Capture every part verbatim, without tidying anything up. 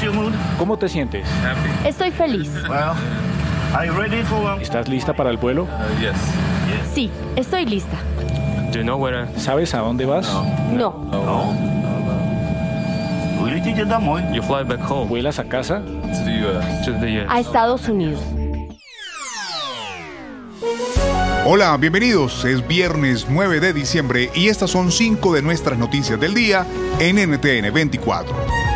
¿Cómo te sientes? Estoy feliz. ¿Estás lista para el vuelo? Sí, estoy lista. ¿Sabes a dónde vas? No. You fly back home ¿Vuelas a casa? to the U S. To the U S. A Estados Unidos. Hola, bienvenidos. Es viernes nueve de diciembre y estas son cinco de nuestras noticias del día en N T N veinticuatro.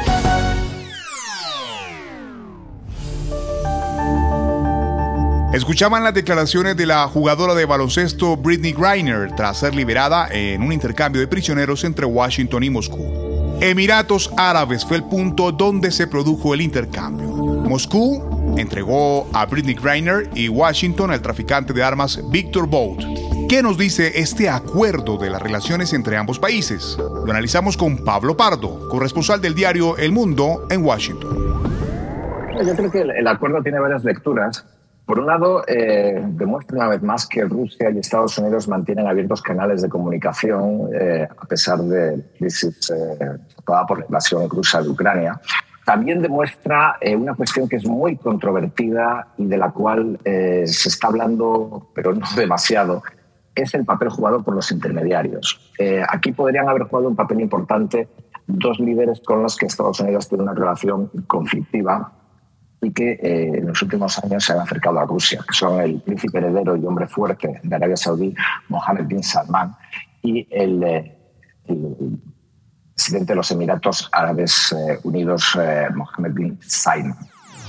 Escuchaban las declaraciones de la jugadora de baloncesto Brittney Griner tras ser liberada en un intercambio de prisioneros entre Washington y Moscú. Emiratos Árabes fue el punto donde se produjo el intercambio. Moscú entregó a Brittney Griner y Washington al traficante de armas Victor Bout. ¿Qué nos dice este acuerdo de las relaciones entre ambos países? Lo analizamos con Pablo Pardo, corresponsal del diario El Mundo en Washington. Yo creo que el acuerdo tiene varias lecturas. Por un lado, eh, demuestra una vez más que Rusia y Estados Unidos mantienen abiertos canales de comunicación eh, a pesar de la crisis eh, provocada por la invasión rusa de Ucrania. También demuestra eh, una cuestión que es muy controvertida y de la cual eh, se está hablando, pero no demasiado, es el papel jugado por los intermediarios. Eh, aquí podrían haber jugado un papel importante dos líderes con los que Estados Unidos tiene una relación conflictiva y que eh, en los últimos años se han acercado a Rusia, que son el príncipe heredero y hombre fuerte de Arabia Saudí, Mohammed bin Salman, y el, eh, el presidente de los Emiratos Árabes eh, Unidos, eh, Mohammed bin Salman.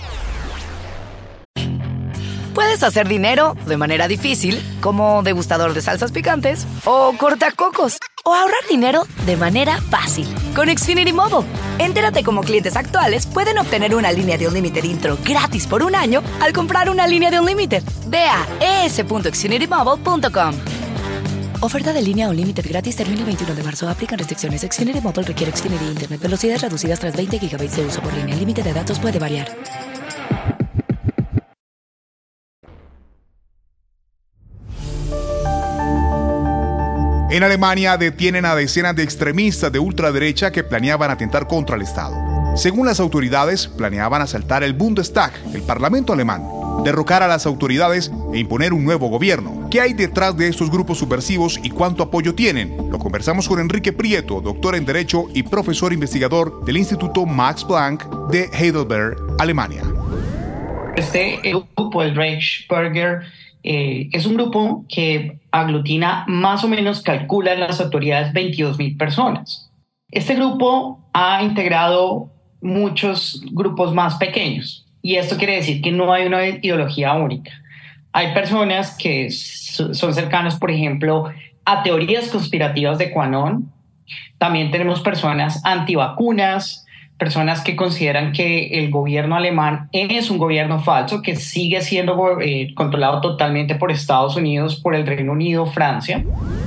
Puedes hacer dinero de manera difícil, como degustador de salsas picantes, o cortacocos, o ahorrar dinero de manera fácil con Xfinity Mobile. Entérate cómo clientes actuales pueden obtener una línea de Unlimited intro gratis por un año al comprar una línea de Unlimited. Ve a e s punto xfinity mobile punto com. Oferta de línea Unlimited gratis termina el veintiuno de marzo. Aplican restricciones. Xfinity Mobile requiere Xfinity Internet. Velocidades reducidas tras veinte gigabytes de uso por línea. El límite de datos puede variar. En Alemania detienen a decenas de extremistas de ultraderecha que planeaban atentar contra el Estado. Según las autoridades, planeaban asaltar el Bundestag, el Parlamento alemán, derrocar a las autoridades e imponer un nuevo gobierno. ¿Qué hay detrás de estos grupos subversivos y cuánto apoyo tienen? Lo conversamos con Enrique Prieto, doctor en Derecho y profesor investigador del Instituto Max Planck de Heidelberg, Alemania. Este grupo, el Reichsbürger, eh, es un grupo que aglutina, más o menos calculan las autoridades, veintidós mil personas. Este grupo ha integrado muchos grupos más pequeños y esto quiere decir que no hay una ideología única. Hay personas que son cercanas, por ejemplo, a teorías conspirativas de QAnon. También tenemos personas antivacunas, personas que consideran que el gobierno alemán es un gobierno falso, que sigue siendo eh, controlado totalmente por Estados Unidos, por el Reino Unido, Francia.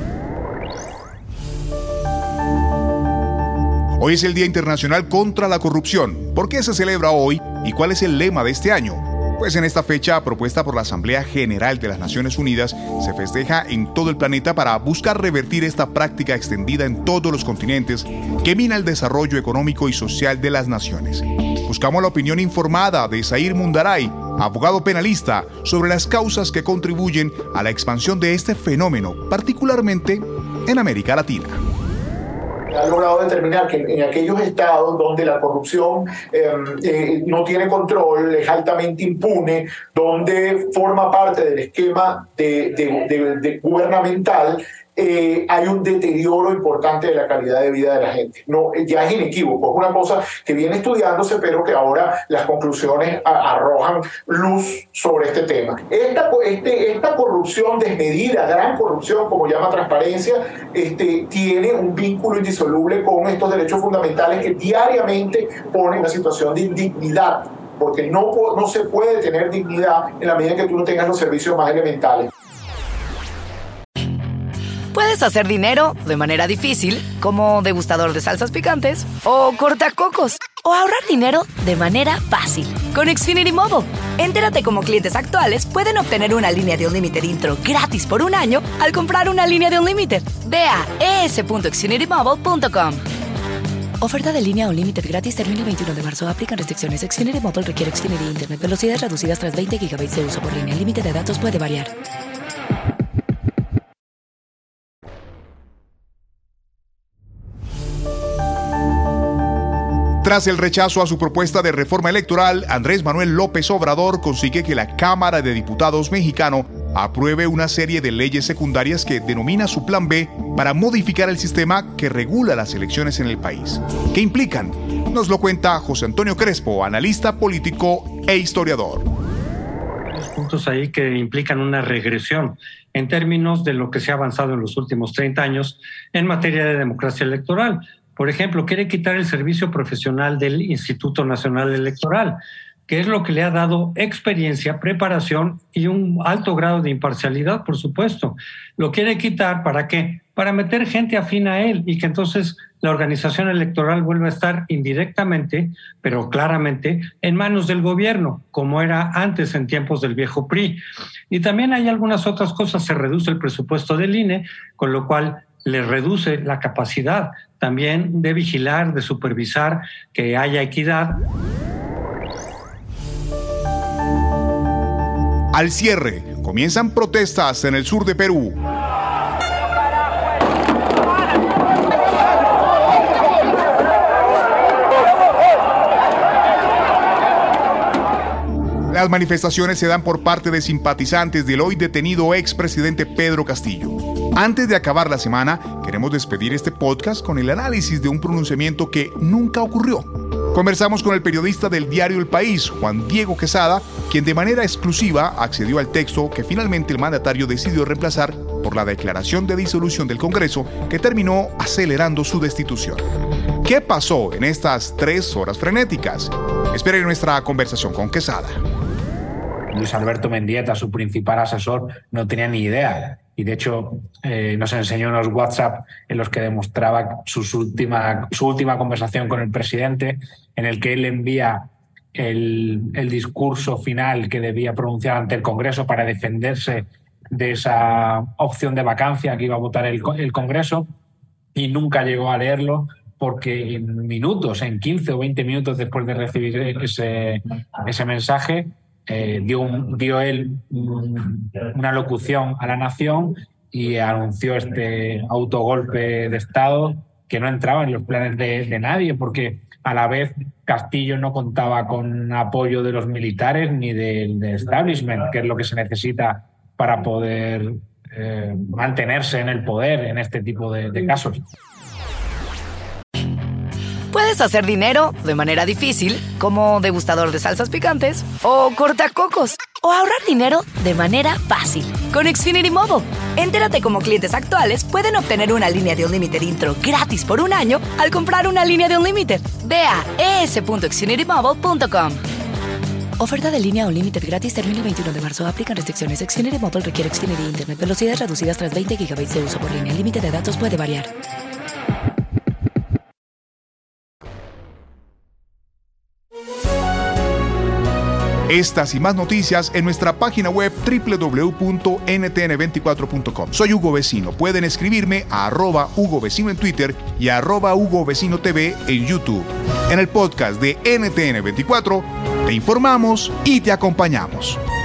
Hoy es el Día Internacional contra la Corrupción. ¿Por qué se celebra hoy y cuál es el lema de este año? Pues en esta fecha, propuesta por la Asamblea General de las Naciones Unidas, se festeja en todo el planeta para buscar revertir esta práctica extendida en todos los continentes que mina el desarrollo económico y social de las naciones. Buscamos la opinión informada de Zair Mundaray, abogado penalista, sobre las causas que contribuyen a la expansión de este fenómeno, particularmente en América Latina. Ha logrado determinar que en aquellos estados donde la corrupción eh, eh, no tiene control, es altamente impune, donde forma parte del esquema de, de, de, de gubernamental, eh, hay un deterioro importante de la calidad de vida de la gente. No, ya es inequívoco, es una cosa que viene estudiándose, pero que ahora las conclusiones a, arrojan luz sobre este tema. Esta, este, esta corrupción desmedida, gran corrupción, como llama transparencia, este, tiene un vínculo indisoluble con estos derechos fundamentales que diariamente ponen en una situación de indignidad, porque no, no se puede tener dignidad en la medida que tú no tengas los servicios más elementales. Puedes hacer dinero de manera difícil, como degustador de salsas picantes, o cortacocos, o ahorrar dinero de manera fácil con Xfinity Mobile. Entérate cómo clientes actuales pueden obtener una línea de Unlimited intro gratis por un año al comprar una línea de Unlimited. Ve a e s punto xfinity mobile punto com. Oferta de línea o límite gratis termina el veintiuno de marzo. Aplican restricciones. Xfinity Mobile requiere Xfinity Internet. Velocidades reducidas tras veinte gigabytes de uso por línea. El límite de datos puede variar. Tras el rechazo a su propuesta de reforma electoral, Andrés Manuel López Obrador consigue que la Cámara de Diputados mexicano apruebe una serie de leyes secundarias que denomina su Plan B para modificar el sistema que regula las elecciones en el país. ¿Qué implican? Nos lo cuenta José Antonio Crespo, analista político e historiador. Los puntos ahí que implican una regresión en términos de lo que se ha avanzado en los últimos treinta años en materia de democracia electoral. Por ejemplo, quiere quitar el servicio profesional del Instituto Nacional Electoral, que es lo que le ha dado experiencia, preparación y un alto grado de imparcialidad, por supuesto. Lo quiere quitar, ¿para qué? Para meter gente afín a él y que entonces la organización electoral vuelva a estar indirectamente, pero claramente, en manos del gobierno, como era antes en tiempos del viejo P R I. Y también hay algunas otras cosas. Se reduce el presupuesto del I N E, con lo cual le reduce la capacidad también de vigilar, de supervisar que haya equidad. Al cierre, comienzan protestas en el sur de Perú. Las manifestaciones se dan por parte de simpatizantes del hoy detenido expresidente Pedro Castillo. Antes de acabar la semana, queremos despedir este podcast con el análisis de un pronunciamiento que nunca ocurrió. Conversamos con el periodista del diario El País, Juan Diego Quesada, quien de manera exclusiva accedió al texto que finalmente el mandatario decidió reemplazar por la declaración de disolución del Congreso, que terminó acelerando su destitución. ¿Qué pasó en estas tres horas frenéticas? Esperen nuestra conversación con Quesada. Luis Alberto Mendieta, su principal asesor, no tenía ni idea. Y de hecho eh, nos enseñó unos WhatsApp en los que demostraba su última, su última conversación con el presidente, en el que él envía el, el discurso final que debía pronunciar ante el Congreso para defenderse de esa opción de vacancia que iba a votar el, el Congreso, y nunca llegó a leerlo porque en minutos, en quince o veinte minutos después de recibir ese, ese mensaje, Eh, dio, un, dio él un, una locución a la nación y anunció este autogolpe de Estado que no entraba en los planes de, de nadie, porque a la vez Castillo no contaba con apoyo de los militares ni del de establishment, que es lo que se necesita para poder eh, mantenerse en el poder en este tipo de, de casos. Puedes hacer dinero de manera difícil, como degustador de salsas picantes, o cortacocos, o ahorrar dinero de manera fácil con Xfinity Mobile. Entérate cómo clientes actuales pueden obtener una línea de Unlimited intro gratis por un año al comprar una línea de Unlimited. Ve a e s punto xfinity mobile punto com. Oferta de línea o límite gratis termina el veintiuno de marzo. Aplican restricciones. Xfinity Mobile requiere Xfinity Internet. Velocidades reducidas tras veinte gigabytes de uso por línea. El límite de datos puede variar. Estas y más noticias en nuestra página web doble u doble u doble u punto ene te ene veinticuatro punto com. Soy Hugo Vecino. Pueden escribirme a arroba Hugo Vecino en Twitter y a arroba Hugo Vecino T V en YouTube. En el podcast de ene te ene veinticuatro te informamos y te acompañamos.